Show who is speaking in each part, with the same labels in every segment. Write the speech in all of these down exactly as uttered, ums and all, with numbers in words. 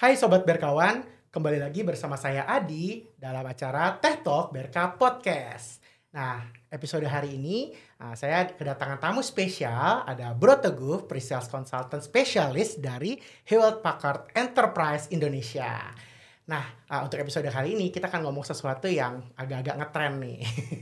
Speaker 1: Hai Sobat Berkawan, kembali lagi bersama saya Adi dalam acara Teh Talk Berka Podcast. Nah, episode hari ini uh, saya kedatangan tamu spesial, ada Bro Teguh, Pre-Sales Consultant Specialist dari Hewlett Packard Enterprise Indonesia. Nah, uh, untuk episode kali ini kita akan ngomong sesuatu yang agak-agak ngetren nih.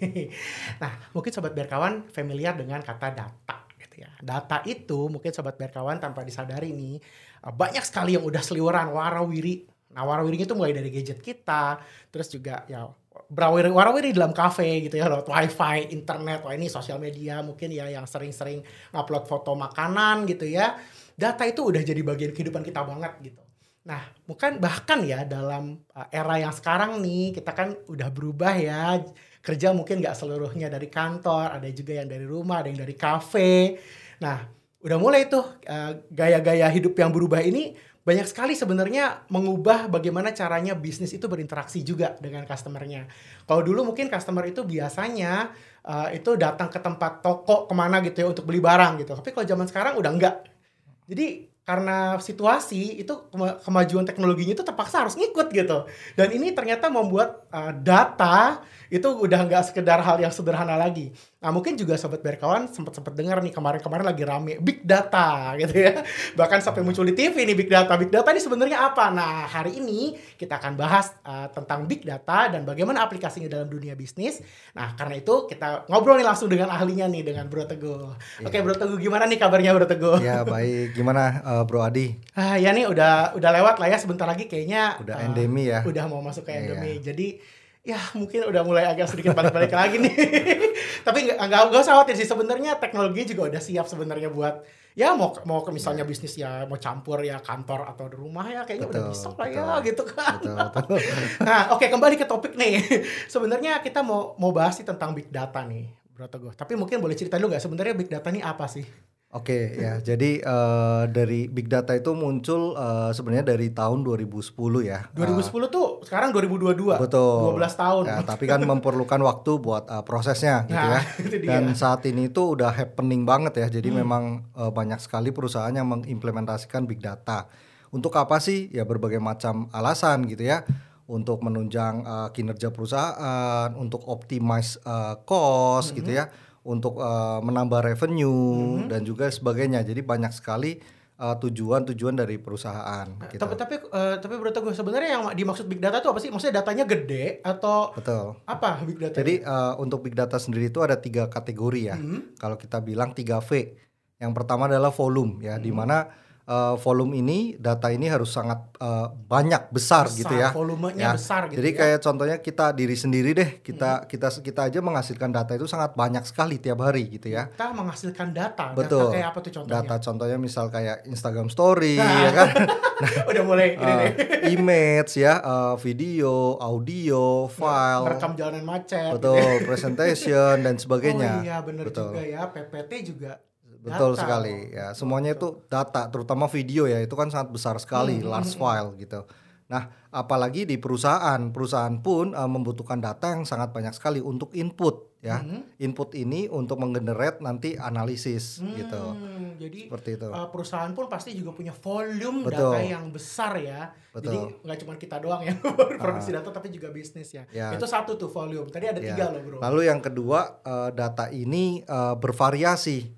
Speaker 1: Nah, mungkin Sobat Berkawan familiar dengan kata data. Ya, data itu mungkin Sobat Berkawan tanpa disadari nih banyak sekali yang udah seliweran warawiri. Nah warawirinya itu mulai dari gadget kita, terus juga ya warawiri, warawiri dalam kafe gitu ya, lewat wifi, internet, wah ini sosial media mungkin ya yang sering-sering ngupload foto makanan gitu ya. Data itu udah jadi bagian kehidupan kita banget gitu. Nah bukan bahkan ya dalam era yang sekarang nih kita kan udah berubah ya. Kerja mungkin gak seluruhnya dari kantor, ada juga yang dari rumah, ada yang dari kafe. Nah, udah mulai tuh uh, gaya-gaya hidup yang berubah ini banyak sekali sebenarnya mengubah bagaimana caranya bisnis itu berinteraksi juga dengan customer-nya. Kalau dulu mungkin customer itu biasanya uh, itu datang ke tempat toko kemana gitu ya untuk beli barang gitu. Tapi kalau zaman sekarang udah enggak. Jadi karena situasi itu kemajuan teknologinya itu terpaksa harus ngikut gitu. Dan ini ternyata membuat uh, data itu udah nggak sekedar hal yang sederhana lagi. Nah mungkin juga Sobat Berkawan sempat-sempat dengar nih kemarin-kemarin lagi rame Big Data gitu ya. Bahkan sampai muncul di T V nih Big Data. Big Data ini sebenarnya apa? Nah hari ini kita akan bahas uh, tentang Big Data dan bagaimana aplikasinya dalam dunia bisnis. Nah karena itu kita ngobrol nih langsung dengan ahlinya nih, dengan Bro Teguh. Iya. Oke Bro Teguh, gimana nih kabarnya Bro Teguh?
Speaker 2: Ya baik, gimana uh, Bro Adi?
Speaker 1: Ah ya nih udah udah lewat lah ya, sebentar lagi kayaknya
Speaker 2: udah
Speaker 1: uh,
Speaker 2: endemi ya.
Speaker 1: Udah mau masuk ke endemi.
Speaker 2: Iya.
Speaker 1: Jadi ya mungkin udah mulai agak sedikit balik-balik lagi nih. Tapi nggak nggak usah khawatir sih, sebenarnya teknologi juga udah siap sebenarnya buat ya mau mau ke misalnya yeah. bisnis ya mau campur ya kantor atau di rumah ya kayaknya betul, udah bisa lah ya gitu kan.
Speaker 2: Betul, betul.
Speaker 1: Nah oke okay, kembali ke topik nih. Sebenarnya kita mau mau bahas sih tentang big data nih Bro Teguh. Tapi mungkin boleh cerita dulu nggak sebenarnya big data ini apa sih?
Speaker 2: Oke okay, ya, jadi uh, dari big data itu muncul uh, sebenarnya dari tahun dua ribu sepuluh ya.
Speaker 1: dua ribu sepuluh uh, tuh sekarang dua ribu dua puluh dua.
Speaker 2: Betul.
Speaker 1: dua belas tahun.
Speaker 2: Ya, tapi kan memerlukan waktu buat uh, prosesnya gitu
Speaker 1: nah,
Speaker 2: ya. Dan saat ini tuh udah happening banget ya. Jadi hmm. memang uh, banyak sekali perusahaan yang mengimplementasikan big data. Untuk apa sih? Ya berbagai macam alasan gitu ya. Untuk menunjang uh, kinerja perusahaan, untuk optimize uh, cost hmm. gitu ya. Untuk uh, menambah revenue mm-hmm. dan juga sebagainya. Jadi banyak sekali uh, tujuan-tujuan dari perusahaan.
Speaker 1: Nah,
Speaker 2: gitu.
Speaker 1: Tapi tapi uh, tapi Bro Teguh, sebenarnya yang dimaksud big data itu apa sih? Maksudnya datanya gede atau
Speaker 2: Betul.
Speaker 1: apa big data?
Speaker 2: Jadi uh, untuk big data sendiri itu ada tiga kategori ya. Mm-hmm. Kalau kita bilang tiga V. Yang pertama adalah volume ya, mm-hmm. di mana uh, volume ini data ini harus sangat uh, banyak besar, besar gitu ya.
Speaker 1: Volumenya
Speaker 2: ya.
Speaker 1: besar gitu.
Speaker 2: Jadi
Speaker 1: ya.
Speaker 2: kayak contohnya kita diri sendiri deh, kita hmm. kita kita aja menghasilkan data itu sangat banyak sekali tiap hari gitu ya.
Speaker 1: Kita menghasilkan data.
Speaker 2: Betul.
Speaker 1: Data kayak apa tuh contohnya?
Speaker 2: Data contohnya misal kayak Instagram Story ya kan.
Speaker 1: Nah, udah mulai ini
Speaker 2: uh,
Speaker 1: nih.
Speaker 2: Image ya, uh, video, audio, file.
Speaker 1: Merekam jalanan macet.
Speaker 2: Betul, gitu. Presentation dan sebagainya.
Speaker 1: Oh iya benar juga ya, P P T juga.
Speaker 2: Betul
Speaker 1: data.
Speaker 2: sekali ya, semuanya betul. Itu data, terutama video ya, itu kan sangat besar sekali, hmm, large hmm, file gitu. Nah, apalagi di perusahaan, perusahaan pun uh, membutuhkan data yang sangat banyak sekali untuk input ya. Hmm. Input ini untuk menggenerate nanti analisis hmm, gitu.
Speaker 1: Jadi
Speaker 2: seperti itu.
Speaker 1: Uh, perusahaan pun pasti juga punya volume
Speaker 2: Betul.
Speaker 1: data yang besar ya. Betul. Jadi nggak cuma kita doang yang produksi uh, data, tapi juga bisnis ya. ya. Itu satu tuh volume. Tadi ada ya. tiga loh bro.
Speaker 2: Lalu yang kedua uh, data ini uh, bervariasi.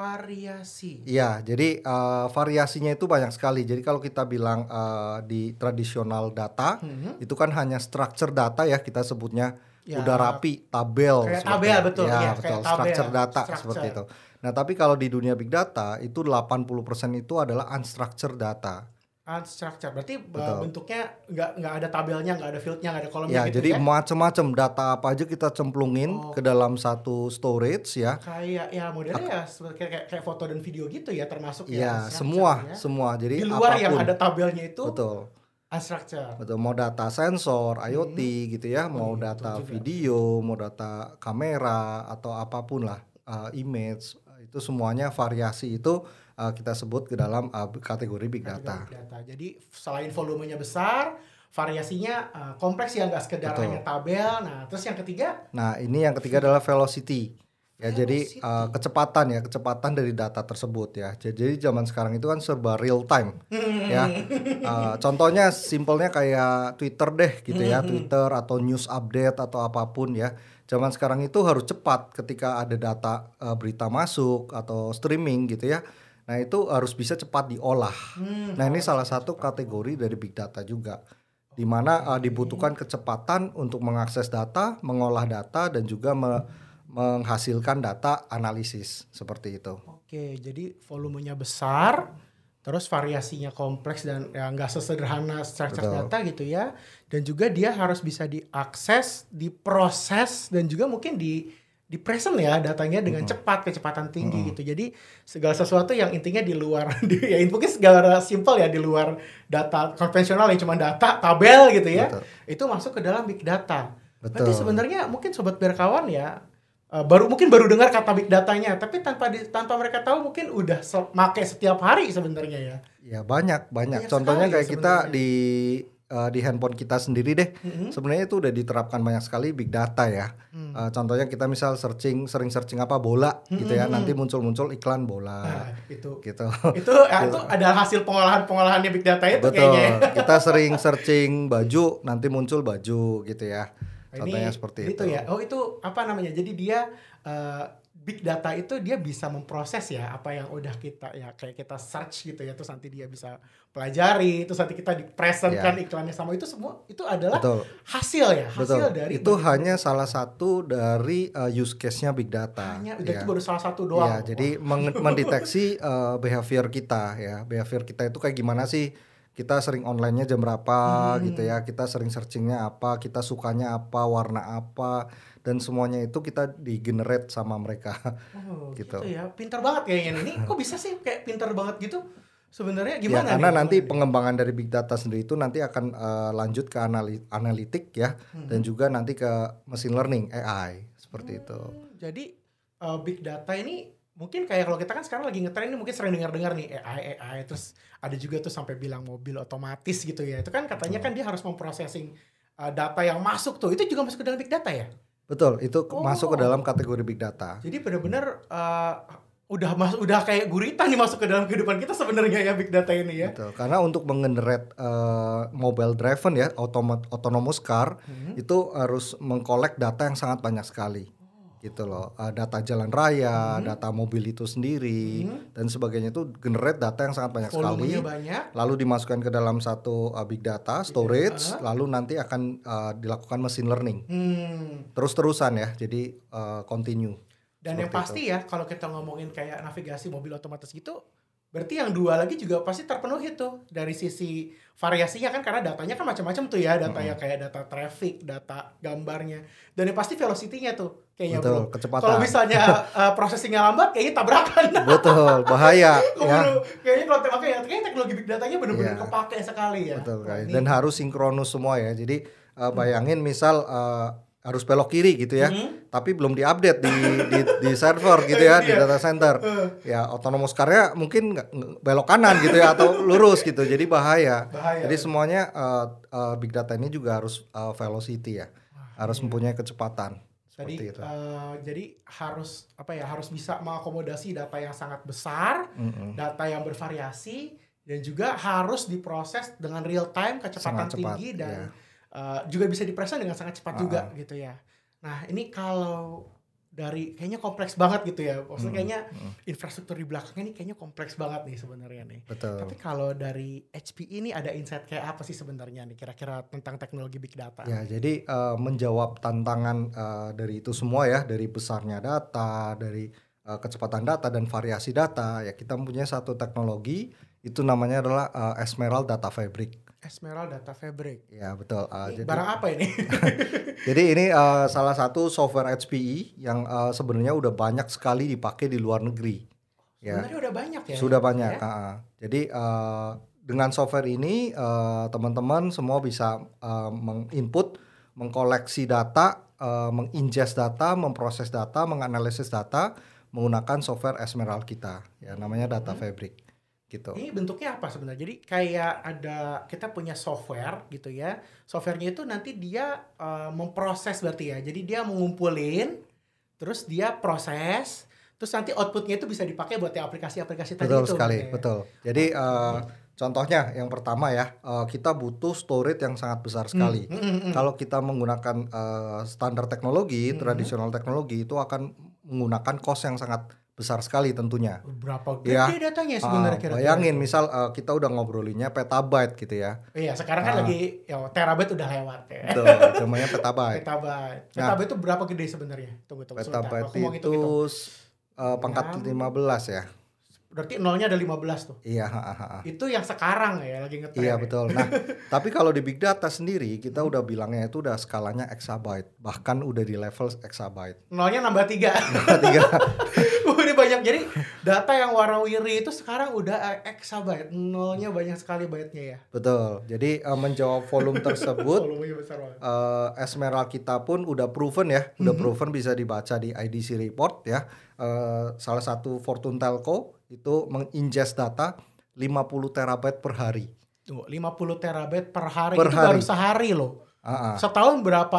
Speaker 1: Variasi.
Speaker 2: Iya, jadi uh, variasinya itu banyak sekali. Jadi kalau kita bilang uh, di tradisional data, mm-hmm. itu kan hanya structure data ya kita sebutnya, ya, udah rapi, tabel.
Speaker 1: Kayak tabel betul.
Speaker 2: Ya,
Speaker 1: ya
Speaker 2: betul.
Speaker 1: Kayak
Speaker 2: Structure
Speaker 1: tabel.
Speaker 2: data
Speaker 1: structure.
Speaker 2: seperti itu. Nah, tapi kalau di dunia big data itu delapan puluh persen itu adalah unstructured data.
Speaker 1: Unstructured, berarti betul. Bentuknya nggak nggak ada tabelnya, nggak ada fieldnya, nggak ada kolomnya
Speaker 2: ya,
Speaker 1: gitu
Speaker 2: jadi
Speaker 1: ya?
Speaker 2: macam-macam data apa aja kita cemplungin oh. ke dalam satu storage ya.
Speaker 1: Kayak ya modelnya Ak- ya kayak kayak foto dan video gitu ya, termasuk
Speaker 2: ya.
Speaker 1: Ya
Speaker 2: semua,
Speaker 1: ya.
Speaker 2: semua. Jadi
Speaker 1: di luar
Speaker 2: apapun.
Speaker 1: yang ada tabelnya itu.
Speaker 2: Betul.
Speaker 1: Unstructured.
Speaker 2: Betul, mau data sensor, IoT hmm. gitu ya, mau oh, data video, mau data kamera atau apapun lah, uh, image, itu semuanya variasi itu uh, kita sebut ke dalam uh, kategori big data.
Speaker 1: Kategori data. Jadi selain volumenya besar, variasinya uh, kompleks ya, nggak sekedar Betul. hanya tabel. Nah, terus yang ketiga?
Speaker 2: Nah, ini yang ketiga adalah velocity. Ya jadi
Speaker 1: Velocity.
Speaker 2: uh, kecepatan ya, kecepatan dari data tersebut ya. Jadi zaman sekarang itu kan serba real time ya. Uh, contohnya simpelnya kayak Twitter deh gitu ya, Twitter atau news update atau apapun ya. Zaman sekarang itu harus cepat ketika ada data uh, berita masuk atau streaming gitu ya. Nah itu harus bisa cepat diolah.
Speaker 1: Hmm,
Speaker 2: Nah ini
Speaker 1: harus
Speaker 2: salah
Speaker 1: bisa
Speaker 2: satu
Speaker 1: cepat.
Speaker 2: kategori dari big data juga, di mana uh, dibutuhkan kecepatan untuk mengakses data, mengolah data dan juga me- menghasilkan data analisis seperti itu.
Speaker 1: Oke, jadi volumenya besar, terus variasinya kompleks dan ya nggak sesederhana structure
Speaker 2: Betul.
Speaker 1: data gitu ya. Dan juga dia harus bisa diakses, diproses dan juga mungkin di di present ya datanya dengan
Speaker 2: Mm-mm.
Speaker 1: cepat, kecepatan tinggi
Speaker 2: Mm-mm.
Speaker 1: gitu. Jadi segala sesuatu yang intinya di luar di- ya mungkin segala simple ya di luar data konvensional yang cuma data, tabel gitu ya.
Speaker 2: Betul.
Speaker 1: Itu masuk ke dalam big data. Berarti
Speaker 2: Betul.
Speaker 1: sebenarnya mungkin sobat berkawan ya Uh, baru mungkin baru dengar kata big datanya, tapi tanpa di, tanpa mereka tahu mungkin udah se- make setiap hari sebenarnya ya.
Speaker 2: Ya banyak banyak.
Speaker 1: Banyak
Speaker 2: Contohnya
Speaker 1: sekali
Speaker 2: kayak
Speaker 1: ya
Speaker 2: kita
Speaker 1: sebenarnya.
Speaker 2: di uh, di handphone kita sendiri deh.
Speaker 1: Mhm.
Speaker 2: Sebenarnya itu udah diterapkan banyak sekali big data ya.
Speaker 1: Hmm.
Speaker 2: Uh, contohnya kita misal searching sering searching apa bola gitu ya.
Speaker 1: Mhm.
Speaker 2: Nanti muncul-muncul iklan bola
Speaker 1: Nah, itu
Speaker 2: gitu.
Speaker 1: itu ya, itu ada hasil pengolahan-pengolahannya big data itu
Speaker 2: Betul.
Speaker 1: kayaknya. ya.
Speaker 2: Kita sering searching baju, nanti muncul baju gitu ya.
Speaker 1: Nah,
Speaker 2: Contohnya
Speaker 1: ini
Speaker 2: seperti
Speaker 1: itu
Speaker 2: itu.
Speaker 1: ya. Oh itu apa namanya? Jadi dia uh, big data itu dia bisa memproses ya apa yang udah kita ya kayak kita search gitu ya, terus nanti dia bisa pelajari, terus nanti kita dipresentkan
Speaker 2: Ya.
Speaker 1: iklannya sama itu semua itu adalah
Speaker 2: Betul.
Speaker 1: hasil ya, hasil
Speaker 2: Betul.
Speaker 1: dari
Speaker 2: Itu
Speaker 1: bagi-
Speaker 2: hanya salah satu dari uh, use case-nya big data.
Speaker 1: hanya udah
Speaker 2: ya.
Speaker 1: itu baru salah satu doang.
Speaker 2: Ya, jadi meng- mendeteksi uh, behavior kita ya. Behavior kita itu kayak gimana sih? Kita sering online-nya jam berapa
Speaker 1: Hmm.
Speaker 2: gitu ya. Kita sering searching-nya apa, kita sukanya apa, warna apa, dan semuanya itu kita di-generate sama mereka.
Speaker 1: Oh, gitu.
Speaker 2: Gitu.
Speaker 1: ya. Pinter banget kayaknya ini. Kok bisa sih kayak pinter banget gitu? Sebenarnya
Speaker 2: Ya,
Speaker 1: gimana
Speaker 2: karena
Speaker 1: nih?
Speaker 2: nanti
Speaker 1: Gimana
Speaker 2: pengembangan dari big data sendiri itu nanti akan uh, lanjut ke anali- analitik ya,
Speaker 1: Hmm.
Speaker 2: dan juga nanti ke machine learning A I seperti itu.
Speaker 1: Hmm, jadi uh, big data ini mungkin kayak kalau kita kan sekarang lagi ngetren ini mungkin sering dengar-dengar nih A I A I terus ada juga tuh sampai bilang mobil otomatis gitu ya. Itu kan katanya kan dia harus memprosesing uh, data yang masuk tuh. Itu juga masuk ke dalam big data ya?
Speaker 2: Betul, itu ke-
Speaker 1: Oh.
Speaker 2: masuk ke dalam kategori big data.
Speaker 1: Jadi benar-benar uh, udah mas udah kayak gurita nih masuk ke dalam kehidupan kita sebenarnya ya big data ini ya.
Speaker 2: Betul, karena untuk mengenerate uh, mobile driven ya, automa- autonomous car,
Speaker 1: Hmm.
Speaker 2: itu harus mengkolek data yang sangat banyak sekali. Gitu loh, uh, data jalan raya,
Speaker 1: Hmm.
Speaker 2: data mobil itu sendiri,
Speaker 1: Hmm.
Speaker 2: dan sebagainya itu generate data yang sangat banyak sekali.
Speaker 1: Volumenya banyak.
Speaker 2: Lalu dimasukkan ke dalam satu uh, big data storage,
Speaker 1: data.
Speaker 2: lalu nanti akan uh, dilakukan machine learning.
Speaker 1: Hmm.
Speaker 2: Terus-terusan ya, jadi uh, continue.
Speaker 1: Dan yang
Speaker 2: Seperti
Speaker 1: pasti ya kalau kita ngomongin kayak navigasi mobil otomatis gitu, berarti yang dua lagi juga pasti terpenuhi tuh dari sisi variasinya kan karena datanya kan macam-macam tuh ya, data
Speaker 2: Mm-mm.
Speaker 1: yang kayak data traffic, data gambarnya, dan yang pasti velocity-nya tuh kayaknya
Speaker 2: Betul,
Speaker 1: bro.
Speaker 2: kecepatan.
Speaker 1: Kalau misalnya uh, processing-nya lambat, kayaknya tabrakan.
Speaker 2: Betul, bahaya ya.
Speaker 1: Keburu, kayaknya kalau makanya kayaknya teknologi big datanya benar-benar
Speaker 2: Iya.
Speaker 1: kepake sekali ya.
Speaker 2: Betul
Speaker 1: Wah,
Speaker 2: guys.
Speaker 1: ini-
Speaker 2: Dan harus sinkronus semua ya. Jadi uh, bayangin misal uh, harus belok kiri gitu ya,
Speaker 1: Mhm.
Speaker 2: tapi belum diupdate di, di di server gitu ya, di
Speaker 1: Iya.
Speaker 2: data center. Ya autonomous car-nya mungkin nggak- nggak- belok kanan gitu ya atau lurus gitu. Jadi bahaya.
Speaker 1: Bahaya,
Speaker 2: Jadi
Speaker 1: betul.
Speaker 2: semuanya uh, uh, big data ini juga harus uh, velocity ya. Harus mempunyai kecepatan.
Speaker 1: Jadi
Speaker 2: Seperti itu.
Speaker 1: eh, jadi harus apa ya harus bisa mengakomodasi data yang sangat besar,
Speaker 2: Mm-mm.
Speaker 1: data yang bervariasi dan juga harus diproses dengan real time kecepatan
Speaker 2: Sangat cepat,
Speaker 1: tinggi dan
Speaker 2: ya.
Speaker 1: eh, juga bisa diproses dengan sangat cepat juga
Speaker 2: Uh-uh.
Speaker 1: gitu ya. Nah ini kalau dari kayaknya kompleks banget gitu ya, maksudnya
Speaker 2: Mm-mm.
Speaker 1: kayaknya
Speaker 2: Mm-mm.
Speaker 1: infrastruktur di belakangnya ini kayaknya kompleks banget nih sebenarnya nih.
Speaker 2: Betul.
Speaker 1: Tapi kalau dari H P ini ada insight kayak apa sih sebenarnya nih kira-kira tentang teknologi big data?
Speaker 2: Ya, jadi uh, menjawab tantangan uh, dari itu semua ya, dari besarnya data, dari uh, kecepatan data dan variasi data, ya kita mempunyai satu teknologi, itu namanya adalah uh, Esmeralda Data Fabric.
Speaker 1: Esmeralda Data Fabric.
Speaker 2: Ya, betul. Uh,
Speaker 1: Ini
Speaker 2: jadi
Speaker 1: barang apa ini?
Speaker 2: jadi ini uh, salah satu software H P E yang uh, sebenarnya udah banyak sekali dipakai di luar negeri. Ya.
Speaker 1: Sebenarnya udah banyak ya.
Speaker 2: Sudah banyak.
Speaker 1: Ya?
Speaker 2: uh-uh. Jadi uh, dengan software ini uh, teman-teman semua bisa uh, menginput, mengkoleksi data, uh, mengingest data, memproses data, menganalisis data menggunakan software Esmeralda kita. Ya, namanya Data Fabric. Gitu.
Speaker 1: Ini bentuknya apa sebenarnya? Jadi kayak ada kita punya software gitu ya. Softwarenya itu nanti dia uh, memproses berarti ya. Jadi dia mengumpulin terus dia proses, terus nanti outputnya itu bisa dipakai buat yang aplikasi-aplikasi tadi
Speaker 2: Betul
Speaker 1: itu.
Speaker 2: sekali,
Speaker 1: Oke.
Speaker 2: betul. Jadi uh, contohnya yang pertama ya, uh, kita butuh storage yang sangat besar sekali.
Speaker 1: Hmm, hmm, hmm, hmm.
Speaker 2: Kalau kita menggunakan uh, standar teknologi,
Speaker 1: Hmm.
Speaker 2: tradisional teknologi, itu akan menggunakan cost yang sangat besar sekali tentunya.
Speaker 1: Berapa gede
Speaker 2: Ya,
Speaker 1: datanya
Speaker 2: uh,
Speaker 1: sebenarnya kira-kira?
Speaker 2: bayangin
Speaker 1: itu?
Speaker 2: misal uh, kita udah ngobrolinnya petabyte gitu ya.
Speaker 1: Iya, sekarang kan
Speaker 2: Ah.
Speaker 1: lagi ya terabyte udah lewat ya.
Speaker 2: Betul, namanya petabyte.
Speaker 1: Petabyte.
Speaker 2: Nah.
Speaker 1: Petabyte itu berapa gede sebenarnya? Tunggu tunggu sebentar.
Speaker 2: Petabyte
Speaker 1: Aku mau
Speaker 2: itu
Speaker 1: hitung-hitung.
Speaker 2: uh, pangkat
Speaker 1: Enam.
Speaker 2: lima belas ya.
Speaker 1: Berarti nolnya ada lima belas tuh.
Speaker 2: Iya, ha, ha, ha.
Speaker 1: Itu yang sekarang ya lagi ngetren.
Speaker 2: Iya
Speaker 1: ya?
Speaker 2: betul. Nah, tapi kalau di big data sendiri kita udah bilangnya itu udah skalanya exabyte, bahkan udah di level exabyte.
Speaker 1: Nolnya nambah tiga.
Speaker 2: Tiga.
Speaker 1: Uh, ini banyak. Jadi data yang warawiri itu sekarang udah eh, exabyte. Nolnya banyak sekali byte-nya ya.
Speaker 2: Betul. Jadi uh, menjawab volume tersebut,
Speaker 1: Volumenya besar banget.
Speaker 2: uh, Esmeralda kita pun udah proven ya, udah proven bisa dibaca di I D C report ya. Uh, salah satu Fortune Telco itu mengingest data lima puluh terabyte per hari.
Speaker 1: Tunggu, lima puluh terabyte per hari
Speaker 2: Per
Speaker 1: itu
Speaker 2: hari.
Speaker 1: baru sehari loh.
Speaker 2: Ah, ah.
Speaker 1: Setahun berapa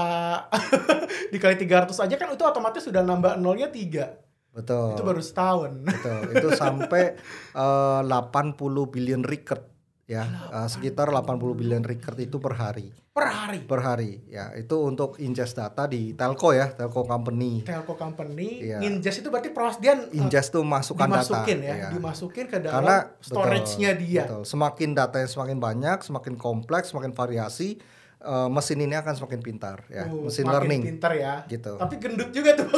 Speaker 1: dikali tiga ratus aja kan itu otomatis sudah nambah nolnya tiga.
Speaker 2: Betul.
Speaker 1: Itu baru setahun.
Speaker 2: Betul. Itu sampai uh, delapan puluh billion record ya, uh, sekitar delapan puluh billion record itu per hari.
Speaker 1: Per hari.
Speaker 2: Per hari ya, itu untuk ingest data di telco ya, telco company.
Speaker 1: Telco company,
Speaker 2: Iya.
Speaker 1: ingest itu berarti proses dia uh,
Speaker 2: Ingest tuh masukkan data.
Speaker 1: dimasukin ya,
Speaker 2: Iya.
Speaker 1: dimasukin ke dalam
Speaker 2: Karena
Speaker 1: storage-nya
Speaker 2: betul,
Speaker 1: dia.
Speaker 2: betul. Semakin datanya semakin banyak, semakin kompleks, semakin variasi, uh, mesin ini akan semakin pintar ya,
Speaker 1: Uh,
Speaker 2: mesin
Speaker 1: makin
Speaker 2: learning.
Speaker 1: pintar ya.
Speaker 2: Gitu.
Speaker 1: Tapi gendut juga tuh.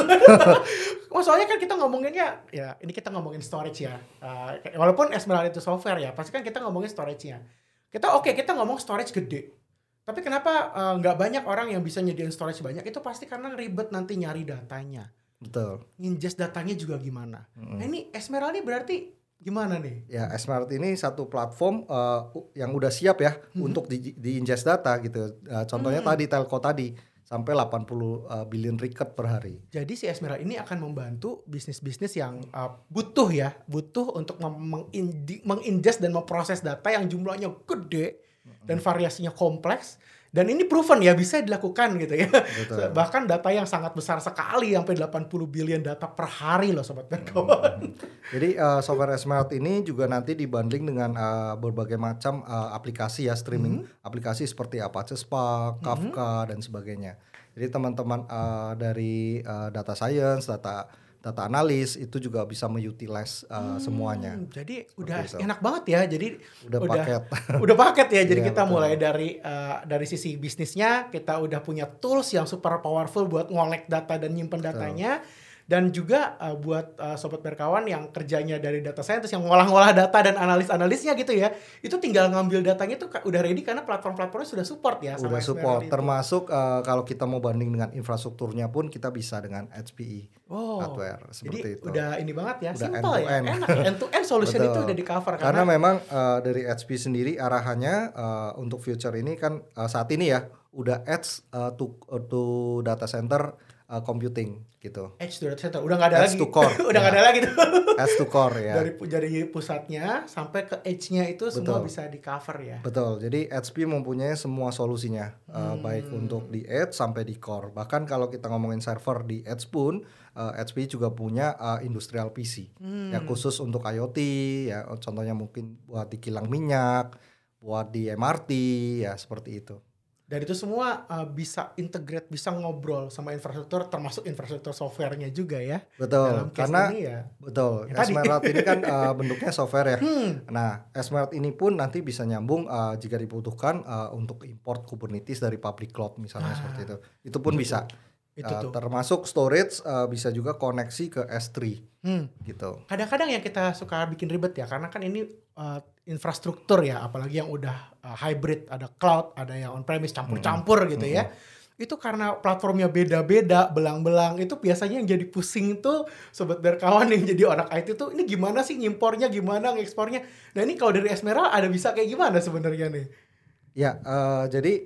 Speaker 1: Oh, soalnya kan kita ngomonginnya ya, ini kita ngomongin storage ya. Uh, walaupun Esmeralda itu software ya, pasti kan kita ngomongin storage-nya. Kita oke, kita ngomong storage gede. Tapi kenapa uh, nggak banyak orang yang bisa nyediain storage banyak? Itu pasti karena ribet nanti nyari datanya.
Speaker 2: Betul.
Speaker 1: Ingest datanya juga gimana.
Speaker 2: Mm-mm.
Speaker 1: Nah, ini Esmeralda ini berarti gimana nih?
Speaker 2: Ya, Esmeralda ini satu platform uh, yang udah siap ya
Speaker 1: Hmm.
Speaker 2: untuk di, di ingest data gitu. Uh, contohnya
Speaker 1: Hmm.
Speaker 2: tadi telco tadi sampai delapan puluh uh, billion record per hari.
Speaker 1: Jadi si Esmeralda ini akan membantu bisnis-bisnis yang uh, butuh ya, butuh untuk mem- mengindi- mengingest dan memproses data yang jumlahnya gede dan variasinya kompleks. Dan ini proven ya bisa dilakukan gitu ya.
Speaker 2: Betul.
Speaker 1: Bahkan data yang sangat besar sekali sampai delapan puluh billion data per hari loh sobat berkawan.
Speaker 2: Jadi uh, software Esmeralda ini juga nanti dibundling dengan uh, berbagai macam uh, aplikasi ya, streaming aplikasi seperti Apache Spark, Kafka dan sebagainya. Jadi teman-teman uh, dari uh, data science, data data analis itu juga bisa mengutilize uh, semuanya.
Speaker 1: Hmm, jadi udah
Speaker 2: itu.
Speaker 1: enak banget ya. Jadi
Speaker 2: Udah paket.
Speaker 1: udah paket ya. Jadi
Speaker 2: Iya,
Speaker 1: kita
Speaker 2: betul.
Speaker 1: mulai dari uh, dari sisi bisnisnya kita udah punya tools yang super powerful buat ngolek data dan nyimpen datanya. Dan juga uh, buat uh, sobat berkawan yang kerjanya dari data scientist yang ngolah-ngolah data dan analis-analisnya gitu ya. Itu tinggal ngambil datanya tuh ka- udah ready karena platform-platformnya sudah support ya sama
Speaker 2: Udah support,
Speaker 1: Esmeralda itu.
Speaker 2: termasuk uh, kalau kita mau banding dengan infrastrukturnya pun kita bisa dengan H P E
Speaker 1: Oh,
Speaker 2: hardware seperti
Speaker 1: jadi
Speaker 2: itu.
Speaker 1: udah ini banget ya,
Speaker 2: Udah
Speaker 1: simple ya,
Speaker 2: end-to-end.
Speaker 1: enak ya, end-to-end solution
Speaker 2: Betul.
Speaker 1: itu udah di cover
Speaker 2: Karena
Speaker 1: karena,
Speaker 2: memang uh, dari H P sendiri arahannya uh, untuk future ini kan uh, saat ini ya udah edge uh, to uh, to data center uh, computing gitu.
Speaker 1: edge to data center udah nggak ada
Speaker 2: Edge
Speaker 1: lagi,
Speaker 2: to core,
Speaker 1: udah nggak
Speaker 2: ya.
Speaker 1: ada lagi tuh.
Speaker 2: Edge to core ya.
Speaker 1: dari pu- dari pusatnya sampai ke edge-nya itu semua
Speaker 2: Betul.
Speaker 1: bisa di cover ya.
Speaker 2: Betul. Jadi H P mempunyai semua solusinya uh,
Speaker 1: Hmm.
Speaker 2: baik untuk di edge sampai di core. Bahkan kalau kita ngomongin server di edge pun uh, H P juga punya uh, industrial P C
Speaker 1: Hmm.
Speaker 2: ya khusus untuk IoT ya. Contohnya mungkin buat di kilang minyak, buat di M R T ya seperti itu.
Speaker 1: Dan itu semua uh, bisa integrate, bisa ngobrol sama infrastruktur, termasuk infrastruktur softwarenya juga ya.
Speaker 2: Betul.
Speaker 1: Dalam case
Speaker 2: Karena
Speaker 1: ini ya.
Speaker 2: betul.
Speaker 1: Ya tadi.
Speaker 2: Esmeralda ini kan uh, bentuknya software ya.
Speaker 1: Hmm.
Speaker 2: Nah, Esmeralda ini pun nanti bisa nyambung uh, jika dibutuhkan uh, untuk import Kubernetes dari public cloud misalnya
Speaker 1: Ah,
Speaker 2: seperti itu. Itu pun
Speaker 1: itu
Speaker 2: bisa.
Speaker 1: Itu
Speaker 2: Uh,
Speaker 1: tuh.
Speaker 2: termasuk storage uh, bisa juga koneksi ke S tiga
Speaker 1: Hmm.
Speaker 2: gitu.
Speaker 1: Kadang-kadang yang kita suka bikin ribet ya, karena kan ini uh, infrastruktur ya, apalagi yang udah uh, hybrid, ada cloud, ada yang on-premise, campur-campur gitu ya. Itu karena platformnya beda-beda, belang-belang, itu biasanya yang jadi pusing tuh sobat berkawan yang jadi orang I T tuh, ini gimana sih ngimpornya, gimana ngekspornya. Nah ini kalau dari Esmeralda ada bisa kayak gimana sebenarnya nih?
Speaker 2: Ya, uh, jadi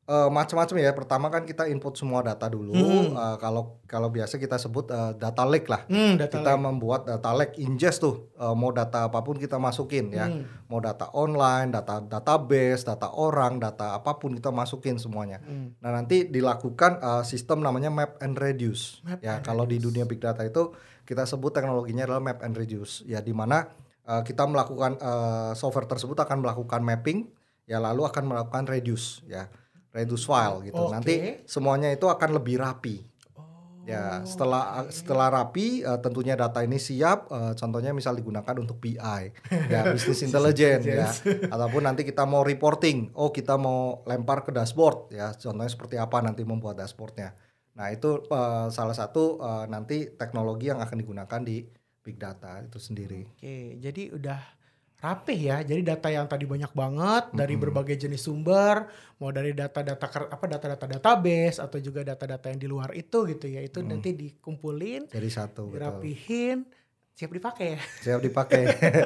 Speaker 2: Uh, macam-macam ya. Pertama kan kita input semua data dulu.
Speaker 1: Hmm.
Speaker 2: Uh, kalau kalau biasa kita sebut uh, data lake lah.
Speaker 1: Hmm, data
Speaker 2: kita
Speaker 1: lake.
Speaker 2: membuat data lake, ingest tuh. Uh, mau data apapun kita masukin ya.
Speaker 1: Hmm.
Speaker 2: Mau data online, data database, data orang, data apapun kita masukin semuanya.
Speaker 1: Hmm.
Speaker 2: Nah nanti dilakukan uh, sistem namanya map and reduce.
Speaker 1: Map
Speaker 2: ya
Speaker 1: and
Speaker 2: kalau di
Speaker 1: reduce.
Speaker 2: dunia big data itu kita sebut teknologinya adalah map and reduce. Ya di mana uh, kita melakukan uh, software tersebut akan melakukan mapping, ya lalu akan melakukan reduce ya. Reduce file gitu.
Speaker 1: Okay.
Speaker 2: Nanti semuanya itu akan lebih rapi.
Speaker 1: Oh,
Speaker 2: ya, setelah
Speaker 1: okay.
Speaker 2: setelah rapi uh, tentunya data ini siap, uh, contohnya misal digunakan untuk B I, ya business intelligence ya. Ataupun nanti kita mau reporting, oh kita mau lempar ke dashboard ya. Contohnya seperti apa nanti membuat dashboardnya. Nah, itu uh, salah satu uh, nanti teknologi yang akan digunakan di big data itu sendiri.
Speaker 1: Oke, jadi udah rapih ya. Jadi data yang tadi banyak banget dari
Speaker 2: Mm-hmm.
Speaker 1: berbagai jenis sumber, mau dari data-data apa data-data database atau juga data-data yang di luar itu gitu ya. Itu mm. nanti dikumpulin,
Speaker 2: jadi satu,
Speaker 1: dirapihin, betul. Siap dipakai ya.
Speaker 2: Siap dipakai.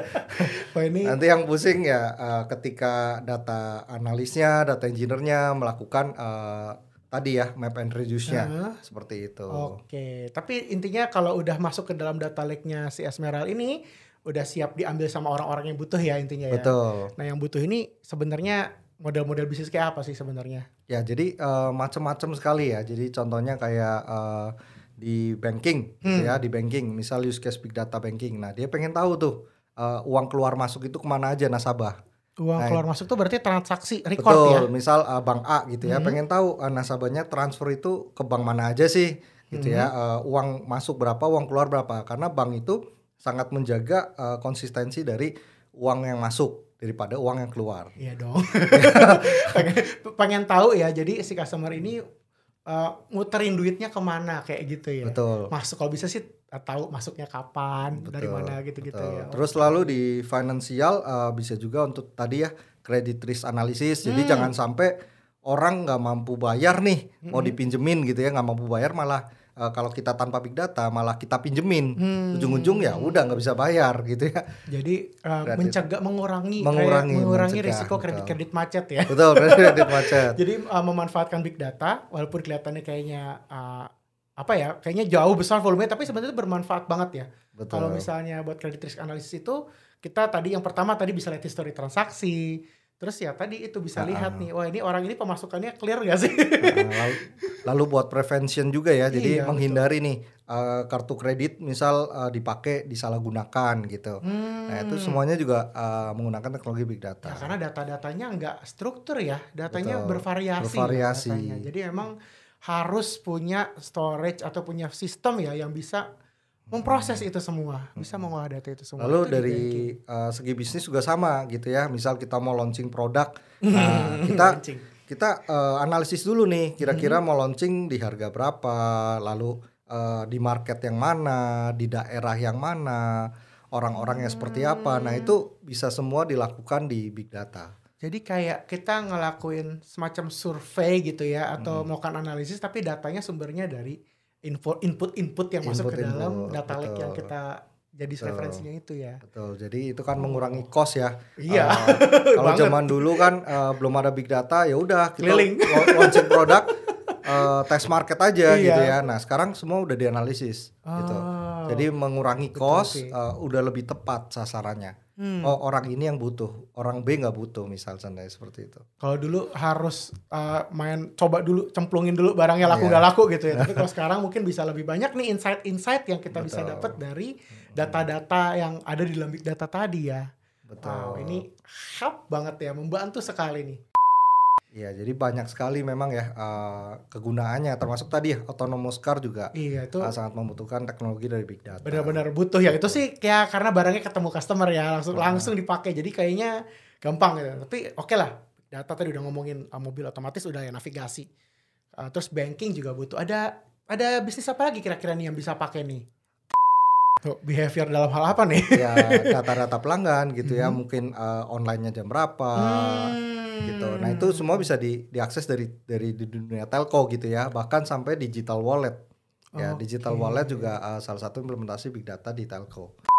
Speaker 1: Oh, ini
Speaker 2: nanti yang pusing ya uh, ketika data analisnya, data engineer-nya melakukan uh, tadi ya map and reduce-nya uh, seperti itu.
Speaker 1: Oke, tapi intinya kalau udah masuk ke dalam data lake-nya si Esmeralda ini udah siap diambil sama orang-orang yang butuh ya intinya ya.
Speaker 2: Betul.
Speaker 1: Nah yang butuh ini sebenarnya model-model bisnis kayak apa sih sebenarnya?
Speaker 2: Ya jadi uh, macam-macam sekali ya. Jadi contohnya kayak uh, di banking, hmm. gitu ya di banking. Misal use case big data banking. Nah dia pengen tahu tuh uh, uang keluar masuk itu kemana aja nasabah.
Speaker 1: Uang
Speaker 2: nah,
Speaker 1: keluar masuk tuh berarti transaksi record
Speaker 2: betul,
Speaker 1: ya?
Speaker 2: Betul. Misal uh, bank A gitu ya, hmm. pengen tahu uh, nasabahnya transfer itu ke bank mana aja sih, gitu hmm. ya. Uh, uang masuk berapa, uang keluar berapa. Karena bank itu sangat menjaga uh, konsistensi dari uang yang masuk daripada uang yang keluar.
Speaker 1: Iya dong. pengen, pengen tahu ya. Jadi si customer ini uh, muterin duitnya kemana kayak gitu ya.
Speaker 2: Betul.
Speaker 1: Masuk kalau bisa sih tahu masuknya kapan,
Speaker 2: betul,
Speaker 1: dari mana gitu-gitu
Speaker 2: betul.
Speaker 1: ya.
Speaker 2: Terus okay. lalu di financial uh, bisa juga untuk tadi ya credit risk analysis. Jadi hmm. jangan sampai orang nggak mampu bayar nih, hmm. mau dipinjemin gitu ya, nggak mampu bayar malah. Uh, kalau kita tanpa big data malah kita pinjemin hmm. ujung-ujung ya udah nggak bisa bayar gitu ya.
Speaker 1: Jadi uh, mencegah mengurangi
Speaker 2: mengurangi,
Speaker 1: mengurangi
Speaker 2: mencegah,
Speaker 1: risiko kredit-kredit macet ya.
Speaker 2: Betul, kredit macet.
Speaker 1: Jadi uh, memanfaatkan big data walaupun kelihatannya kayaknya uh, apa ya kayaknya jauh besar volumenya tapi sebenarnya itu bermanfaat banget ya. Kalau misalnya buat credit risk analysis itu kita tadi yang pertama tadi bisa lihat history transaksi. Terus ya tadi itu bisa nah, lihat nih, wah ini orang ini pemasukannya clear gak sih?
Speaker 2: Nah, lalu, lalu buat prevention juga ya, jadi
Speaker 1: iya,
Speaker 2: menghindari betul. nih uh, kartu kredit misal uh, dipakai disalahgunakan gitu. Hmm. Nah itu semuanya juga uh, menggunakan teknologi big data.
Speaker 1: Ya, karena data-datanya nggak struktur ya, datanya betul. bervariasi.
Speaker 2: Bervariasi.
Speaker 1: Ya, datanya. Jadi emang harus punya storage atau punya sistem ya yang bisa memproses itu semua, bisa mengolah data itu semua.
Speaker 2: Lalu
Speaker 1: itu
Speaker 2: dari uh, segi bisnis juga sama gitu ya. Misal kita mau launching produk, nah kita kita uh, analisis dulu nih kira-kira mm-hmm. mau launching di harga berapa, lalu uh, di market yang mana, di daerah yang mana, orang-orangnya hmm. seperti apa. Nah, itu bisa semua dilakukan di big data.
Speaker 1: Jadi kayak kita ngelakuin semacam survei gitu ya atau mm-hmm. melakukan analisis tapi datanya sumbernya dari info input-input yang input, masuk ke dalam input, data lake yang kita jadi betul. referensinya itu ya.
Speaker 2: Betul. Jadi itu kan oh. mengurangi cost ya.
Speaker 1: Iya.
Speaker 2: Uh, kalau zaman dulu kan uh, belum ada big data ya udah kita launching produk uh, test market aja iya. gitu ya. Nah, sekarang semua udah dianalisis oh. gitu. Jadi mengurangi betul, cost uh, udah lebih tepat sasarannya. Hmm. Oh, orang ini yang butuh, orang B nggak butuh misal contohnya seperti itu.
Speaker 1: Kalau dulu harus uh, main coba dulu cemplungin dulu barangnya laku nggak yeah. laku gitu ya. Tapi kalau sekarang mungkin bisa lebih banyak nih insight-insight yang kita Betul. bisa dapat dari data-data yang ada di dalam big data tadi ya.
Speaker 2: Betul.
Speaker 1: Wow, ini help banget ya, membantu sekali nih.
Speaker 2: Iya, jadi banyak sekali memang ya uh, kegunaannya, termasuk tadi ya autonomous car juga
Speaker 1: iya, itu
Speaker 2: uh, sangat membutuhkan teknologi dari big data.
Speaker 1: Benar-benar butuh ya, itu sih kayak karena barangnya ketemu customer ya langsung nah. langsung dipakai, jadi kayaknya gampang gitu. Tapi oke okay lah, data tadi udah ngomongin uh, mobil otomatis udah ya navigasi, uh, terus banking juga butuh. Ada ada bisnis apa lagi kira-kira nih yang bisa pakai nih? Tuh, behavior dalam hal apa nih?
Speaker 2: Ya data-data pelanggan gitu ya, mungkin uh, online-nya jam berapa. Hmm. gitu. Nah, itu semua bisa di diakses dari dari di dunia telco gitu ya, bahkan sampai digital wallet. Ya, okay. Digital wallet juga uh, salah satu implementasi big data di telco.